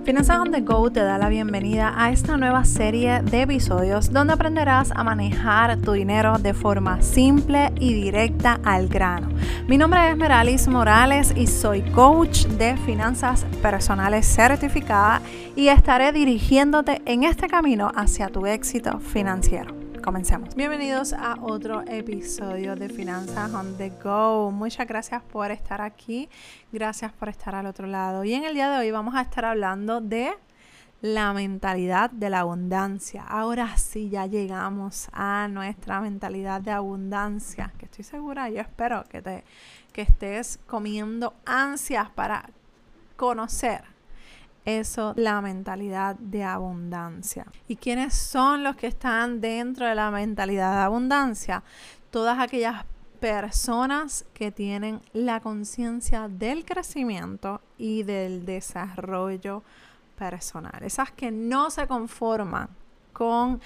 Finanzas on the Go te da la bienvenida a esta nueva serie de episodios donde aprenderás a manejar tu dinero de forma simple y directa al grano. Mi nombre es Meralis Morales y soy coach de finanzas personales certificada y estaré dirigiéndote en este camino hacia tu éxito financiero. Comencemos. Bienvenidos a otro episodio de Finanzas on the Go. Muchas gracias por estar aquí. Gracias por estar al otro lado. Y en el día de hoy vamos a estar hablando de la mentalidad de la abundancia. Ahora sí, ya llegamos a nuestra mentalidad de abundancia, que estoy segura, yo espero que estés comiendo ansias para conocer eso, la mentalidad de abundancia. ¿Y quiénes son los que están dentro de la mentalidad de abundancia? Todas aquellas personas que tienen la conciencia del crecimiento y del desarrollo personal. Esas que no se conforman con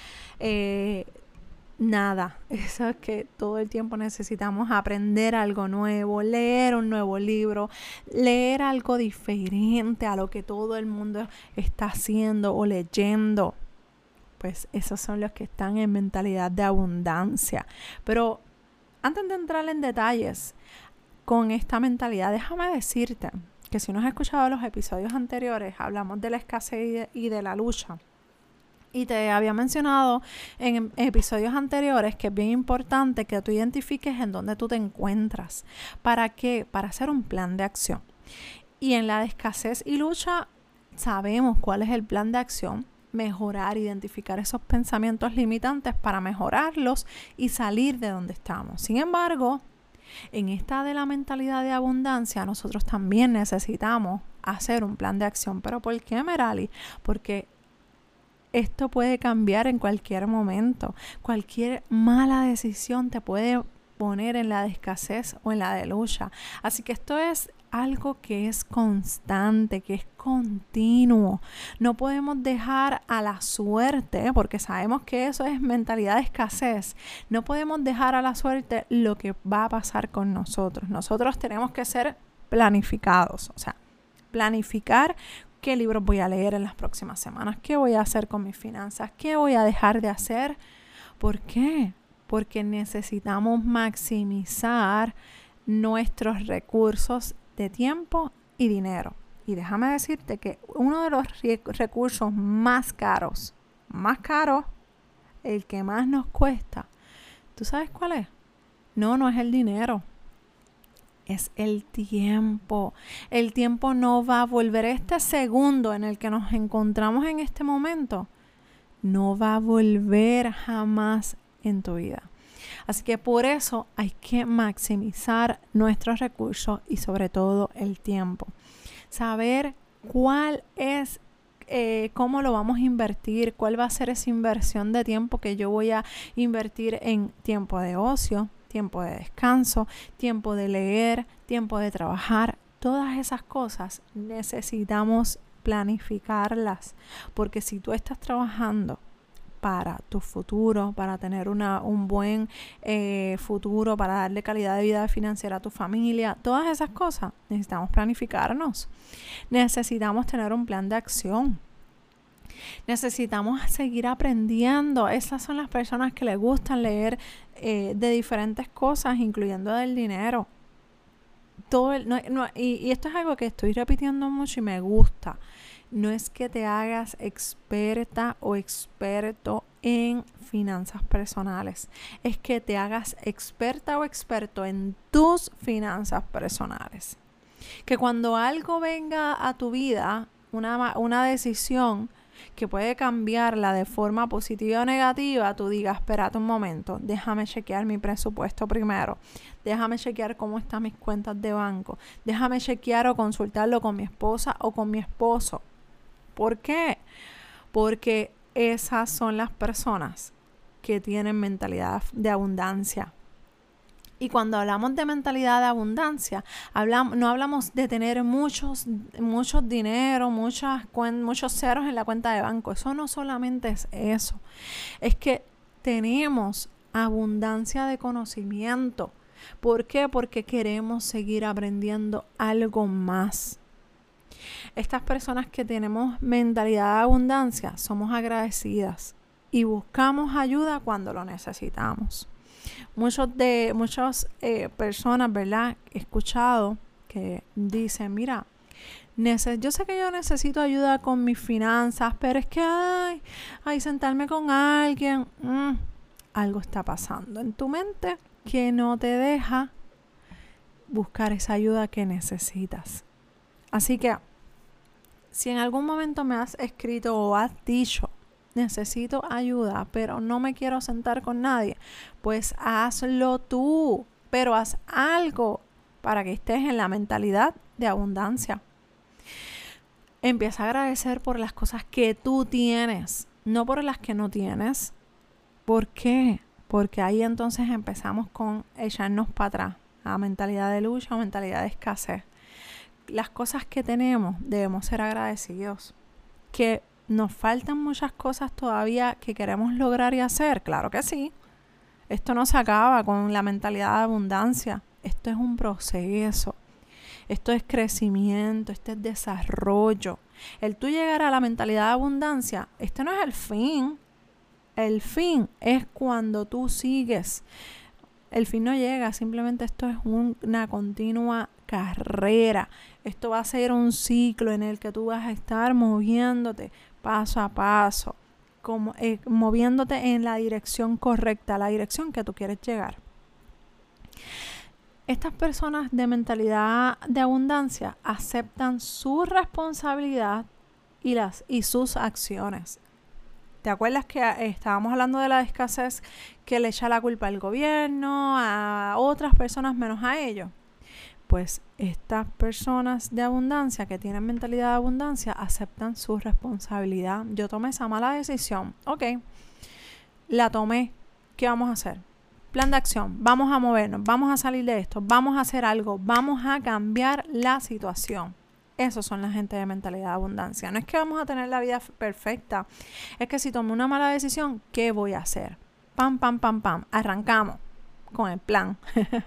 nada. Eso es que todo el tiempo necesitamos aprender algo nuevo, leer un nuevo libro, leer algo diferente a lo que todo el mundo está haciendo o leyendo. Pues esos son los que están en mentalidad de abundancia. Pero antes de entrar en detalles con esta mentalidad, déjame decirte que si no has escuchado los episodios anteriores, hablamos de la escasez y de la lucha. Y te había mencionado en episodios anteriores que es bien importante que tú identifiques en dónde tú te encuentras. ¿Para qué? Para hacer un plan de acción. Y en la de escasez y lucha sabemos cuál es el plan de acción. Mejorar, identificar esos pensamientos limitantes para mejorarlos y salir de donde estamos. Sin embargo, en esta de la mentalidad de abundancia, nosotros también necesitamos hacer un plan de acción. ¿Pero por qué, Merali? Porque esto puede cambiar en cualquier momento. Cualquier mala decisión te puede poner en la de escasez o en la de lucha. Así que esto es algo que es constante, que es continuo. No podemos dejar a la suerte, porque sabemos que eso es mentalidad de escasez. No podemos dejar a la suerte lo que va a pasar con nosotros. Nosotros tenemos que ser planificados, o sea, planificar qué libros voy a leer en las próximas semanas, qué voy a hacer con mis finanzas, qué voy a dejar de hacer. ¿Por qué? Porque necesitamos maximizar nuestros recursos de tiempo y dinero. Y déjame decirte que uno de los recursos más caros, el que más nos cuesta, ¿tú sabes cuál es? No es el dinero. Es el tiempo. El tiempo no va a volver. Este segundo en el que nos encontramos en este momento no va a volver jamás en tu vida. Así que por eso hay que maximizar nuestros recursos y sobre todo el tiempo. Saber cuál es, cómo lo vamos a invertir, cuál va a ser esa inversión de tiempo que yo voy a invertir en tiempo de ocio, tiempo de descanso, tiempo de leer, tiempo de trabajar. Todas esas cosas necesitamos planificarlas, porque si tú estás trabajando para tu futuro, para tener un buen futuro, para darle calidad de vida financiera a tu familia, todas esas cosas necesitamos planificarnos. Necesitamos tener un plan de acción. Necesitamos seguir aprendiendo. Esas son las personas que les gustan leer de diferentes cosas, incluyendo del dinero. Y esto es algo que estoy repitiendo mucho y me gusta. No es que te hagas experta o experto en finanzas personales. Es que te hagas experta o experto en tus finanzas personales. Que cuando algo venga a tu vida, una decisión que puede cambiarla de forma positiva o negativa, tú digas, espérate un momento, déjame chequear mi presupuesto primero, déjame chequear cómo están mis cuentas de banco, déjame chequear o consultarlo con mi esposa o con mi esposo. ¿Por qué? Porque esas son las personas que tienen mentalidad de abundancia. Y cuando hablamos de mentalidad de abundancia, no hablamos de tener muchos dinero, muchos ceros en la cuenta de banco. Eso no solamente es eso. Es que tenemos abundancia de conocimiento. ¿Por qué? Porque queremos seguir aprendiendo algo más. Estas personas que tenemos mentalidad de abundancia somos agradecidas y buscamos ayuda cuando lo necesitamos. Muchas personas, ¿verdad? He escuchado que dicen, mira, yo sé que yo necesito ayuda con mis finanzas, pero es que, sentarme con alguien, algo está pasando en tu mente que no te deja buscar esa ayuda que necesitas. Así que, si en algún momento me has escrito o has dicho, necesito ayuda, pero no me quiero sentar con nadie, pues hazlo tú, pero haz algo para que estés en la mentalidad de abundancia. Empieza a agradecer por las cosas que tú tienes, no por las que no tienes. ¿Por qué? Porque ahí entonces empezamos con echarnos para atrás, a mentalidad de lucha o mentalidad de escasez. Las cosas que tenemos debemos ser agradecidos. Que nos faltan muchas cosas todavía que queremos lograr y hacer, claro que sí. Esto no se acaba con la mentalidad de abundancia. Esto es un proceso. Esto es crecimiento, esto es desarrollo. El tú llegar a la mentalidad de abundancia, este no es el fin. El fin es cuando tú sigues. El fin no llega, simplemente esto es una continua carrera. Esto va a ser un ciclo en el que tú vas a estar moviéndote paso a paso, moviéndote en la dirección correcta, la dirección que tú quieres llegar. Estas personas de mentalidad de abundancia aceptan su responsabilidad y sus acciones. ¿Te acuerdas que estábamos hablando de la escasez que le echa la culpa al gobierno, a otras personas menos a ellos? Pues estas personas de abundancia que tienen mentalidad de abundancia aceptan su responsabilidad. Yo tomé esa mala decisión. Ok, la tomé. ¿Qué vamos a hacer? Plan de acción. Vamos a movernos. Vamos a salir de esto. Vamos a hacer algo. Vamos a cambiar la situación. Esos son la gente de mentalidad de abundancia. No es que vamos a tener la vida perfecta. Es que si tomo una mala decisión, ¿qué voy a hacer? Pam, pam, pam, pam. Arrancamos con el plan.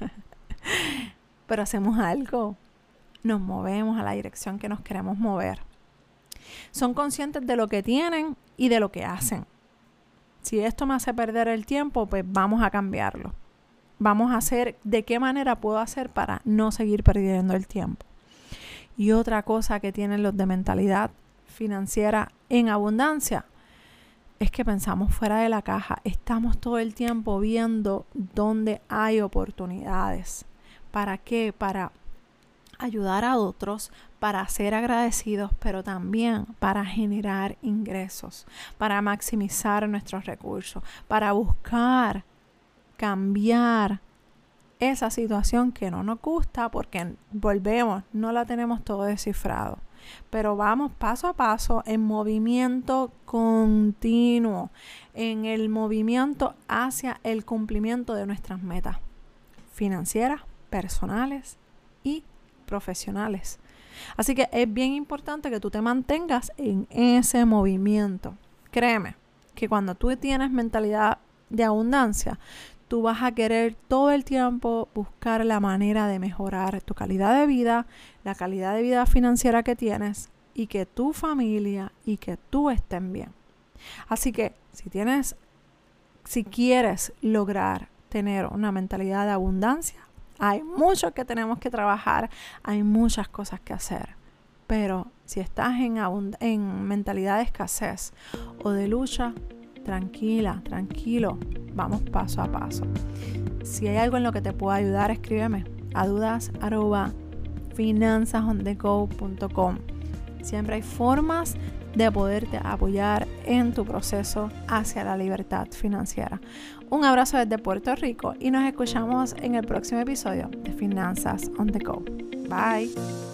Pero hacemos algo. Nos movemos a la dirección que nos queremos mover. Son conscientes de lo que tienen y de lo que hacen. Si esto me hace perder el tiempo, pues vamos a cambiarlo. Vamos a hacer de qué manera puedo hacer para no seguir perdiendo el tiempo. Y otra cosa que tienen los de mentalidad financiera en abundancia es que pensamos fuera de la caja. Estamos todo el tiempo viendo dónde hay oportunidades. ¿Para qué? Para ayudar a otros, para ser agradecidos, pero también para generar ingresos, para maximizar nuestros recursos, para buscar cambiar esa situación que no nos gusta porque volvemos, no la tenemos todo descifrado. Pero vamos paso a paso en movimiento continuo, en el movimiento hacia el cumplimiento de nuestras metas financieras, personales y profesionales. Así que es bien importante que tú te mantengas en ese movimiento. Créeme que cuando tú tienes mentalidad de abundancia, tú vas a querer todo el tiempo buscar la manera de mejorar tu calidad de vida, la calidad de vida financiera que tienes y que tu familia y que tú estén bien. Así que si quieres lograr tener una mentalidad de abundancia, hay mucho que tenemos que trabajar, hay muchas cosas que hacer. Pero si estás en mentalidad de escasez o de lucha, tranquilo, vamos paso a paso. Si hay algo en lo que te pueda ayudar, escríbeme a dudas@finanzasonthego.com. Siempre hay formas de poderte apoyar en tu proceso hacia la libertad financiera. Un abrazo desde Puerto Rico y nos escuchamos en el próximo episodio de Finanzas on the Go. Bye.